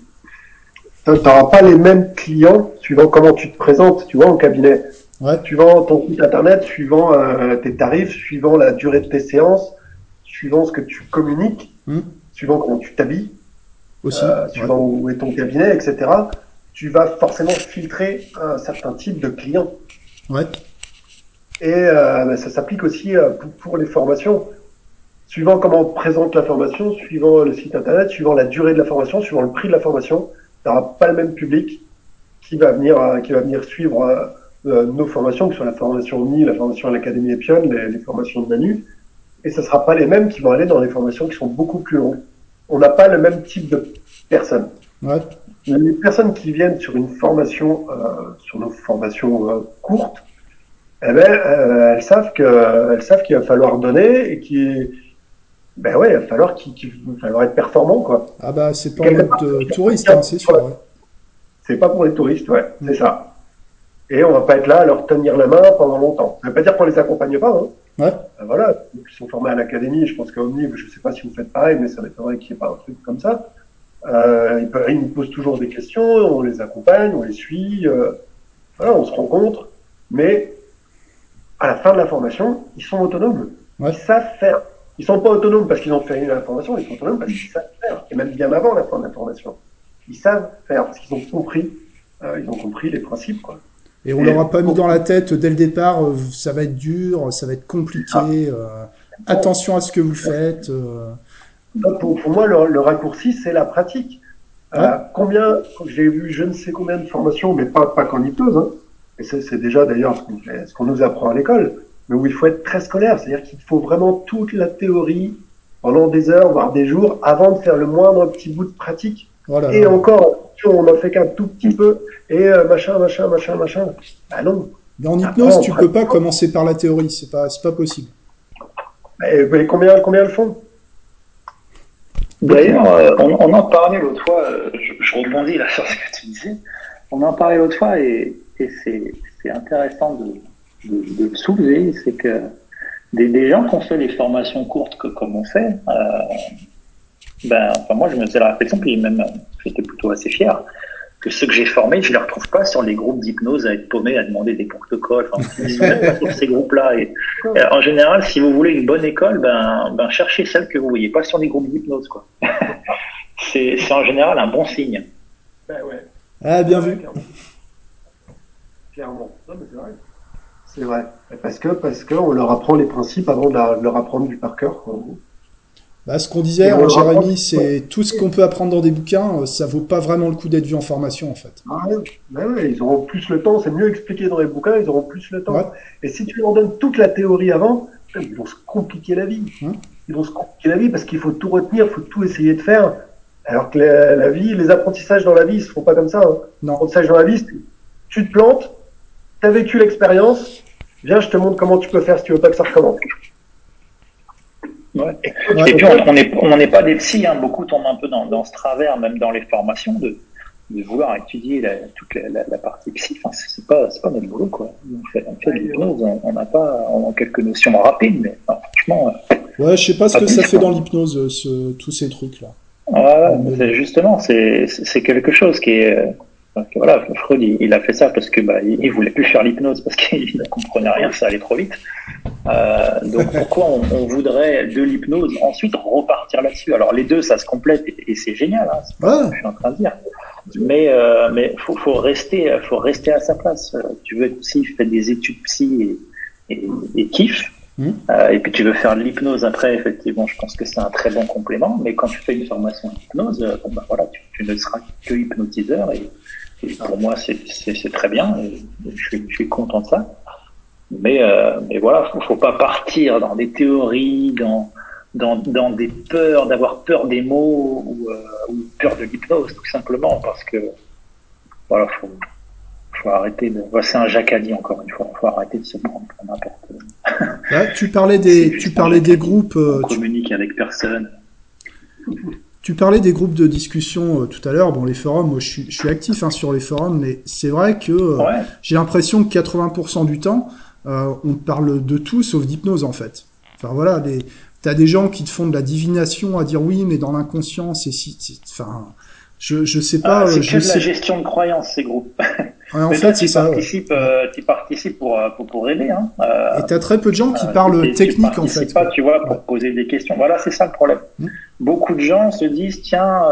tu n'auras pas les mêmes clients suivant comment tu te présentes, tu vois, en cabinet. Ouais. Suivant ton site internet, suivant tes tarifs, suivant la durée de tes séances, suivant ce que tu communiques, Hmm. suivant comment tu t'habilles, Aussi. Ouais. suivant où est ton cabinet, etc., tu vas forcément filtrer un certain type de client. Ouais. Et ça s'applique aussi pour les formations. Suivant comment on présente la formation, suivant le site internet, suivant la durée de la formation, suivant le prix de la formation, tu n'auras pas le même public qui va venir suivre nos formations, que ce soit la formation OMNI, la formation à l'Académie Epion, les formations de Manu, et ce ne sera pas les mêmes qui vont aller dans les formations qui sont beaucoup plus longues. On n'a pas le même type de personnes. Ouais. Les personnes qui viennent sur une formation, sur nos formations courtes, eh ben, elles savent qu'il va falloir donner et ben ouais, il va falloir être performant, quoi. Ah bah c'est Et pas en quelque mode part, touriste, hein, c'est sûr. Ouais. c'est pas pour les touristes, ouais, Hmm. c'est ça. Et on va pas être là à leur tenir la main pendant longtemps. Ça veut pas dire qu'on les accompagne pas, hein. Ouais. Voilà, ils sont formés à l'académie, je pense qu'à Omni, je sais pas si vous faites pareil, mais ça m'étonnerait qu'il n'y ait pas un truc comme ça. Ils nous posent toujours des questions, on les accompagne, on les suit, voilà, on se rencontre, mais à la fin de la formation, ils sont autonomes. Ils Ouais. savent faire. Ils sont pas autonomes parce qu'ils ont fait la formation, ils sont autonomes parce qu'ils savent faire. Et même bien avant la fin de la formation. Ils savent faire parce ils ont compris les principes, quoi. Et on leur Et a pas mis pour dans la tête dès le départ, ça va être dur, ça va être c'est ça. compliqué, attention à ce que vous faites. Pour moi, le raccourci, c'est la pratique. Ouais. J'ai vu je ne sais combien de formations, mais pas qu'en hypnose, hein. Et c'est déjà d'ailleurs ce qu'on nous apprend à l'école, mais où il faut être très scolaire, c'est-à-dire qu'il faut vraiment toute la théorie pendant des heures, voire des jours, avant de faire le moindre petit bout de pratique. Oh là Et là. encore, on n'en fait qu'un tout petit peu, et machin. Ah non, Mais en après hypnose, on tu peux pratique. pas commencer par la théorie, c'est pas possible. Mais combien le font? Beaucoup. D'ailleurs, on en parlait l'autre fois, je rebondis là sur ce que tu disais, on en parlait l'autre fois et c'est intéressant de le soulever, c'est que des gens qui ont fait les formations courtes comme on fait, enfin moi je me faisais la réflexion, puis même j'étais plutôt assez fier, que ceux que j'ai formés, je les retrouve pas sur les groupes d'hypnose à être paumés, à demander des protocoles. Enfin, ils sont même pas sur ces groupes-là. Et en général, si vous voulez une bonne école, ben cherchez celle que vous voyez pas sur les groupes d'hypnose, quoi. C'est en général un bon signe. Ben ouais, Ah, bien ouais, vu. clairement. Clairement. Non, mais c'est vrai. C'est vrai. Parce que on leur apprend les principes avant de leur apprendre du par cœur, quoi. Bah, ce qu'on Et disait, on hein, leur apprend. Jérémy, c'est tout ce qu'on peut apprendre dans des bouquins, ça vaut pas vraiment le coup d'être vu en formation, en fait. Ah ouais, ben ouais, ils auront plus le temps, c'est mieux expliqué dans les bouquins, ils auront plus le Ouais. temps. Et si tu leur donnes toute la théorie avant, putain, ils vont se compliquer la vie. Hein. Ils vont se compliquer la vie parce qu'il faut tout retenir, il faut tout essayer de faire. Alors que la vie, les apprentissages dans la vie, ils se font pas comme ça, hein. Non. L'apprentissage dans la vie, tu te plantes, tu as vécu l'expérience, viens, je te montre comment tu peux faire si tu veux pas que ça recommence. Ouais. Ouais. Et puis on n'est pas des psys, hein. Beaucoup tombent un peu dans ce travers, même dans les formations, de vouloir étudier toute la partie psy. Enfin, c'est pas notre boulot, quoi. On fait de l'hypnose, on n'a pas on a quelques notions rapides, mais enfin, franchement, Ouais, je sais pas ce pas que ça plus, fait quoi. dans l'hypnose, tous ces trucs-là. Mais C'est bon. justement, c'est quelque chose qui est voilà, Freud il a fait ça parce que il voulait plus faire l'hypnose parce qu'il ne comprenait rien, ça allait trop vite. Donc pourquoi on voudrait de l'hypnose ensuite repartir là-dessus? Alors les deux ça se complète et c'est génial, hein, c'est pas ce que Ouais. je suis en train de dire. Mais faut rester à sa place. Tu veux être psy, fais des études psy et kiffe. Et puis tu veux faire de l'hypnose après, effectivement, je pense que c'est un très bon complément. Mais quand tu fais une formation d'hypnose, bon, ben voilà, tu ne seras que hypnotiseur. Et pour moi, c'est très bien. Et je suis content de ça. Mais voilà, faut pas partir dans des théories, dans des peurs, d'avoir peur des mots ou peur de l'hypnose, tout simplement, parce que voilà, faut arrêter de. Voilà, c'est un Jacadi encore une fois. Faut arrêter de se prendre pour n'importe quoi. Ouais, C'est tu juste un parlais des Jacadi. groupes, On communique avec personne. tu parlais des groupes de discussion tout à l'heure. Bon, les forums, moi, je suis actif sur les forums, mais c'est vrai que Ouais. j'ai l'impression que 80% du temps, on parle de tout sauf d'hypnose en fait. Enfin voilà, t'as des gens qui te font de la divination à dire oui, mais dans l'inconscient, enfin, je sais Ah, pas, c'est je que de la sais. gestion de croyances, ces groupes. Ouais, en Mais toi, fait, c'est ça. Ouais. Ouais. tu participes pour aider, hein. Et t'as très peu de gens qui parlent Tu technique en fait, participes pas, quoi. tu vois, Ouais. pour poser des questions. Voilà, c'est ça le problème. Hmm. Beaucoup de gens se disent, tiens,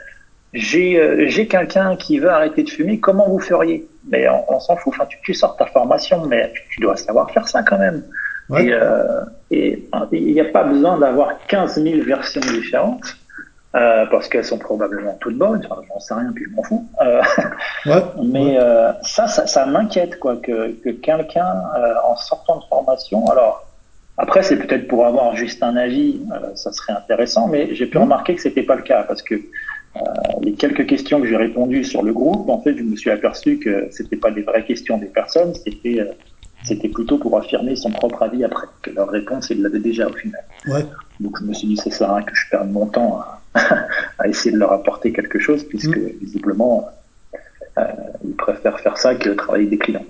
j'ai quelqu'un qui veut arrêter de fumer, comment vous feriez? Mais on s'en fout. Enfin, tu sors ta formation, mais tu dois savoir faire ça quand même. Ouais. Et il n'y a pas besoin d'avoir 15 000 versions différentes. Parce qu'elles sont probablement toutes bonnes, enfin, j'en sais rien, puis je m'en fous. Ouais. Ouais. Mais ça m'inquiète, quoi, que quelqu'un, en sortant de formation, alors après c'est peut-être pour avoir juste un avis, ça serait intéressant, mais j'ai pu Hmm. remarquer que c'était pas le cas, parce que les quelques questions que j'ai répondues sur le groupe, en fait, je me suis aperçu que c'était pas des vraies questions des personnes, c'était plutôt pour affirmer son propre avis après, que leur réponse, ils l'avaient déjà au final. Ouais. Donc je me suis dit, ça sert à rien que je perde mon temps à essayer de leur apporter quelque chose, Hmm. puisque visiblement, ils préfèrent faire ça que travailler avec des clients.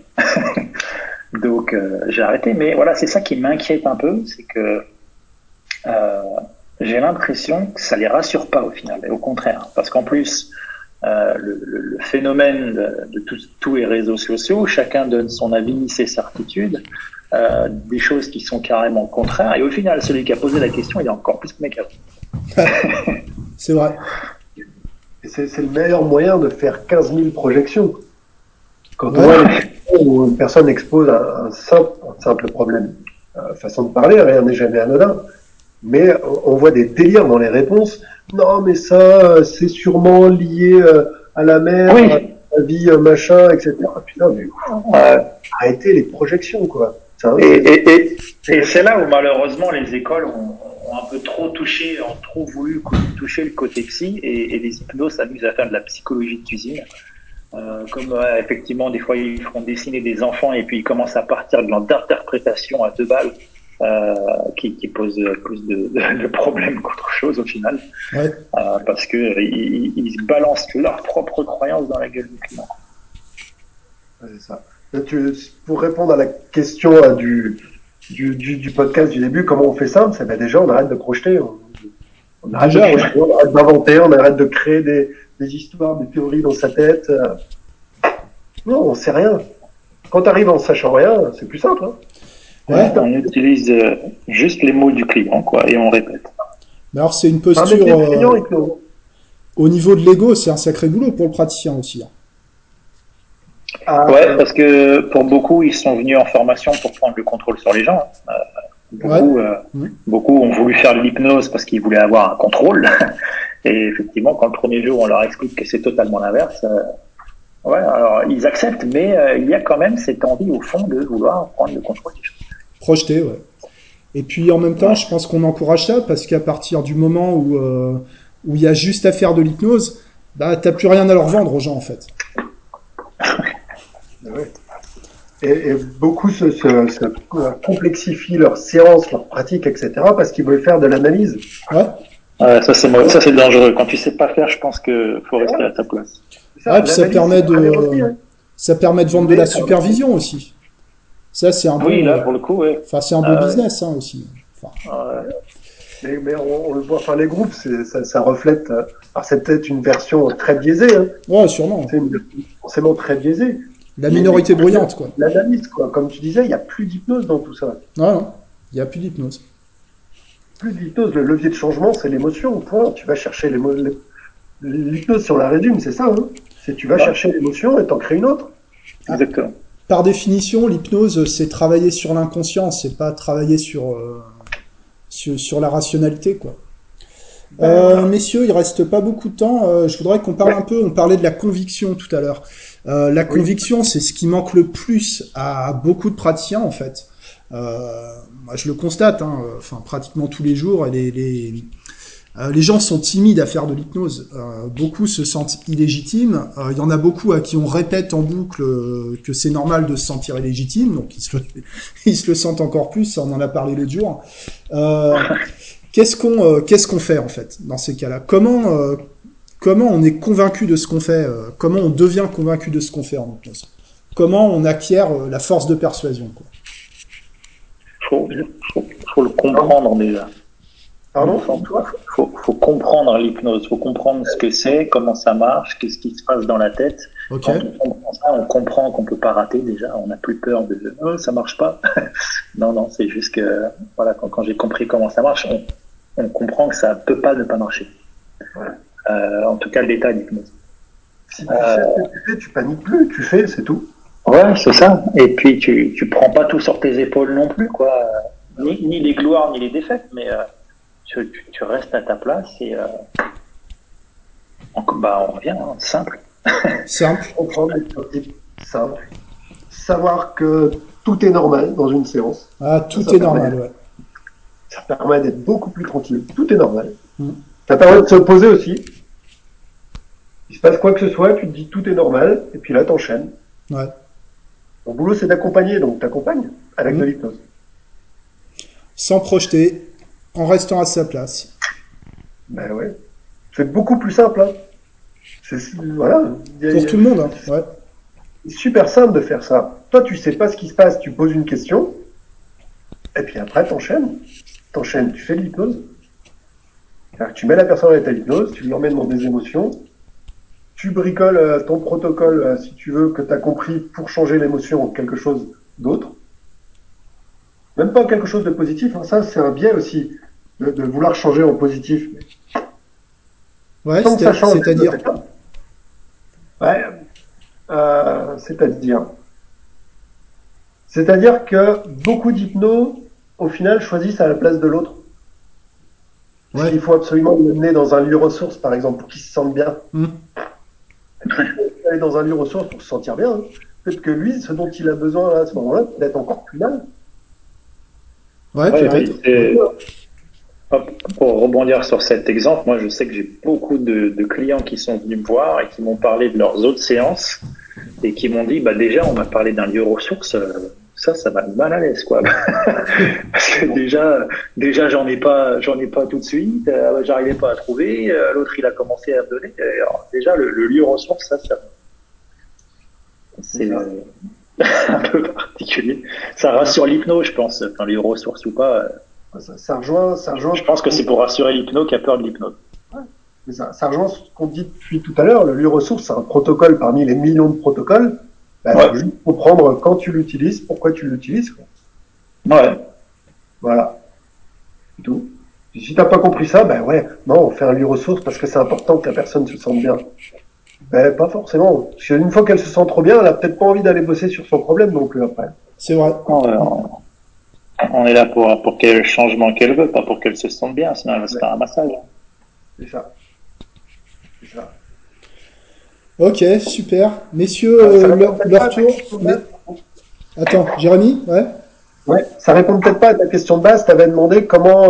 Donc j'ai arrêté, mais voilà, c'est ça qui m'inquiète un peu, c'est que euh, j'ai l'impression que ça les rassure pas au final, et au contraire, parce qu'en plus, le phénomène de tous les réseaux sociaux, chacun donne son avis, ses certitudes, des choses qui sont carrément contraires, et au final, celui qui a posé la question, il est encore plus mécanique. C'est vrai. Et c'est le meilleur moyen de faire 15 000 projections. Quand on Ouais. voit l'expression où une personne expose un simple problème, façon de parler, rien n'est jamais anodin. Mais on voit des délires dans les réponses. Non, mais ça, c'est sûrement lié à la mer, à Oui, la vie, machin, etc. Putain, mais arrêtez les projections, quoi. Ça, et, et, et, et c'est là où malheureusement les écoles ont un peu trop touché, ont trop voulu toucher le côté psy, et les hypnos s'amusent à faire de la psychologie de cuisine. Comme effectivement des fois ils font dessiner des enfants et puis ils commencent à partir d'interprétations à deux balles, qui posent plus de problèmes qu'autre chose au final, Ouais. parce que ils balancent leurs propres croyances dans la gueule du client. c'est ça. Pour répondre à la question du podcast du début, comment on fait ça? C'est ben déjà, on arrête de projeter. On arrête de Déjà, ouais. projeter, on arrête d'inventer, on arrête de créer des histoires, des théories dans sa tête. Non, on sait rien. Quand tu arrives en sachant rien, c'est plus simple. Hein. Ouais. On utilise juste les mots du client, quoi, et on répète. Mais alors, c'est une C'est un posture métier de client, Hypno. au niveau de l'ego, c'est un sacré boulot pour le praticien aussi. Hein. Ouais, parce que pour beaucoup, ils sont venus en formation pour prendre le contrôle sur les gens. Ouais. Beaucoup, Mmh. beaucoup ont voulu faire de l'hypnose parce qu'ils voulaient avoir un contrôle. Et effectivement, quand le premier jour on leur explique que c'est totalement l'inverse, ouais, alors ils acceptent, mais il y a quand même cette envie au fond de vouloir prendre le contrôle des choses. Projeté, ouais. Et puis en même temps, Ouais. je pense qu'on encourage ça parce qu'à partir du moment où il y a juste à faire de l'hypnose, bah t'as plus rien à leur vendre aux gens en fait. Ouais. Et beaucoup se complexifient leurs séances, leurs pratiques, etc. parce qu'ils veulent faire de l'analyse. Ouais. Ça c'est dangereux. Quand tu sais pas faire, je pense que faut Et rester ouais, à ta place. c'est Ouais, ça. puis L'analyse, c'est très bien aussi. Hein. ça permet de vendre de la Mais ça reste. supervision aussi. Ça c'est un Oui, bon, là pour le coup, ouais. enfin c'est un bon Euh, business hein, aussi. Enfin, Mais on le voit, enfin les groupes, ça reflète. Alors c'est peut-être une version très biaisée, hein. ouais, sûrement. C'est une version forcément très biaisée. La Mais minorité plus bruyante quoi. l'analyse, quoi. Comme tu disais, il n'y a plus d'hypnose dans tout ça. Ouais, non. Il y a plus d'hypnose. Plus d'hypnose, le levier de changement, c'est l'émotion. Point. Tu vas chercher l'hypnose, si on la résume, c'est ça. Hein. C'est tu vas ouais, chercher l'émotion et t'en crées une autre. Ah, exactement. par définition, l'hypnose, c'est travailler sur l'inconscient, c'est pas travailler sur la rationalité, quoi. Messieurs, il reste pas beaucoup de temps. Je voudrais qu'on parle un peu. On parlait de la conviction tout à l'heure. La conviction, c'est ce qui manque le plus à beaucoup de praticiens, en fait. Moi, je le constate. Enfin, pratiquement tous les jours, les gens sont timides à faire de l'hypnose. Beaucoup se sentent illégitimes. Il y en a beaucoup à qui on répète en boucle que c'est normal de se sentir illégitime, donc ils se le sentent encore plus. On en a parlé l'autre jour. Qu'est-ce qu'on fait en fait dans ces cas-là? Comment on est convaincu de ce qu'on fait? Comment on devient convaincu de ce qu'on fait en hypnose? Comment on acquiert la force de persuasion, quoi? Faut le comprendre déjà. Pardon? Faut comprendre l'hypnose, faut comprendre ce que c'est, comment ça marche, qu'est-ce qui se passe dans la tête. Ok. Quand on comprend ça, on comprend qu'on peut pas rater déjà, on n'a plus peur de oh, ça marche pas. Non, c'est juste que voilà, quand j'ai compris comment ça marche, on comprend que ça peut pas ne pas marcher. En tout cas, l'état d'hypnose. Si tu sais ce que tu fais, tu paniques plus, tu fais, c'est tout. Ouais, c'est ça. Et puis tu prends pas tout sur tes épaules non plus, quoi. Ni les gloires ni les défaites, mais tu restes à ta place et on revient, simple. Simple. Comprendre les principes simples. Savoir que tout est normal dans une séance. Ah, tout est normal, ouais. Ça permet d'être beaucoup plus tranquille. Tout est normal. Ça permet de se poser aussi. Il se passe quoi que ce soit, tu te dis tout est normal, et puis là, t'enchaînes. Ouais. Mon boulot, c'est d'accompagner, donc t'accompagnes avec de l'hypnose. Sans projeter, en restant à sa place. Ben ouais. C'est beaucoup plus simple, hein. Voilà. Pour tout le monde, hein. Ouais. C'est super simple de faire ça. Toi, tu sais pas ce qui se passe, tu poses une question, et puis après, t'enchaînes. T'enchaînes, tu fais de l'hypnose. C'est-à-dire que tu mets la personne à l'état d'hypnose, tu lui emmènes dans des émotions, tu bricoles ton protocole, si tu veux, que tu as compris pour changer l'émotion en quelque chose d'autre. Même pas en quelque chose de positif, hein. Ça, c'est un biais aussi, de vouloir changer en positif. Ouais, Tant que ça change, c'est-à-dire. Ouais, c'est-à-dire. C'est-à-dire que beaucoup d'hypnos, au final, choisissent à la place de l'autre. Parce qu'il faut absolument l'amener dans un lieu ressource, par exemple, pour qu'il se sente bien. Aller dans un lieu ressource pour se sentir bien. Hein. Peut-être que lui, ce dont il a besoin là, à ce moment-là, c'est d'être encore plus mal. Ouais, peut-être. Pour rebondir sur cet exemple, moi je sais que j'ai beaucoup de clients qui sont venus me voir et qui m'ont parlé de leurs autres séances et qui m'ont dit bah déjà on m'a parlé d'un lieu ressource, ça m'a mis mal à l'aise quoi. Parce que déjà j'en ai pas tout de suite, j'arrivais pas à trouver, l'autre il a commencé à me donner. Alors, déjà le lieu ressource ça c'est un peu particulier. Ça rassure l'hypno je pense, enfin lieu ressource ou pas. Ça rejoint. Je pense que c'est pour rassurer l'hypno qui a peur de l'hypnose. Ouais. Ça rejoint ce qu'on dit depuis tout à l'heure. Le lieu ressource, c'est un protocole parmi les millions de protocoles. Il faut juste comprendre quand tu l'utilises, pourquoi tu l'utilises. Ouais. Voilà. C'est tout. Et si t'as pas compris ça, non, on fait un lieu ressource parce que c'est important que la personne se sente bien. Pas forcément. Parce qu'une fois qu'elle se sent trop bien, elle a peut-être pas envie d'aller bosser sur son problème non plus après. C'est vrai. On est là pour quel changement qu'elle veut, pas pour qu'elle se sente bien, sinon elle va se faire un massage. C'est ça. Ok, super. Messieurs, leur tour. Mais... Attends, Jérémy, ouais. Ouais, ça répond peut-être pas à ta question de base. Tu avais demandé comment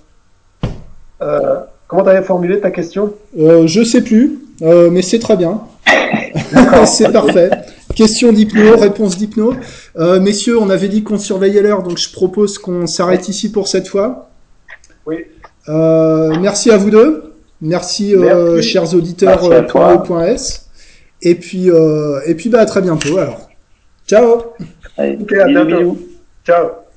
tu avais formulé ta question. Je sais plus, mais c'est très bien. C'est parfait. Question d'hypno, réponse d'hypno. Messieurs, on avait dit qu'on surveillait l'heure, donc je propose qu'on s'arrête ici pour cette fois. Oui. Merci à vous deux. Merci. Chers auditeurs .e.s. Et puis à très bientôt alors. Ciao. Allez, bisous. Ciao.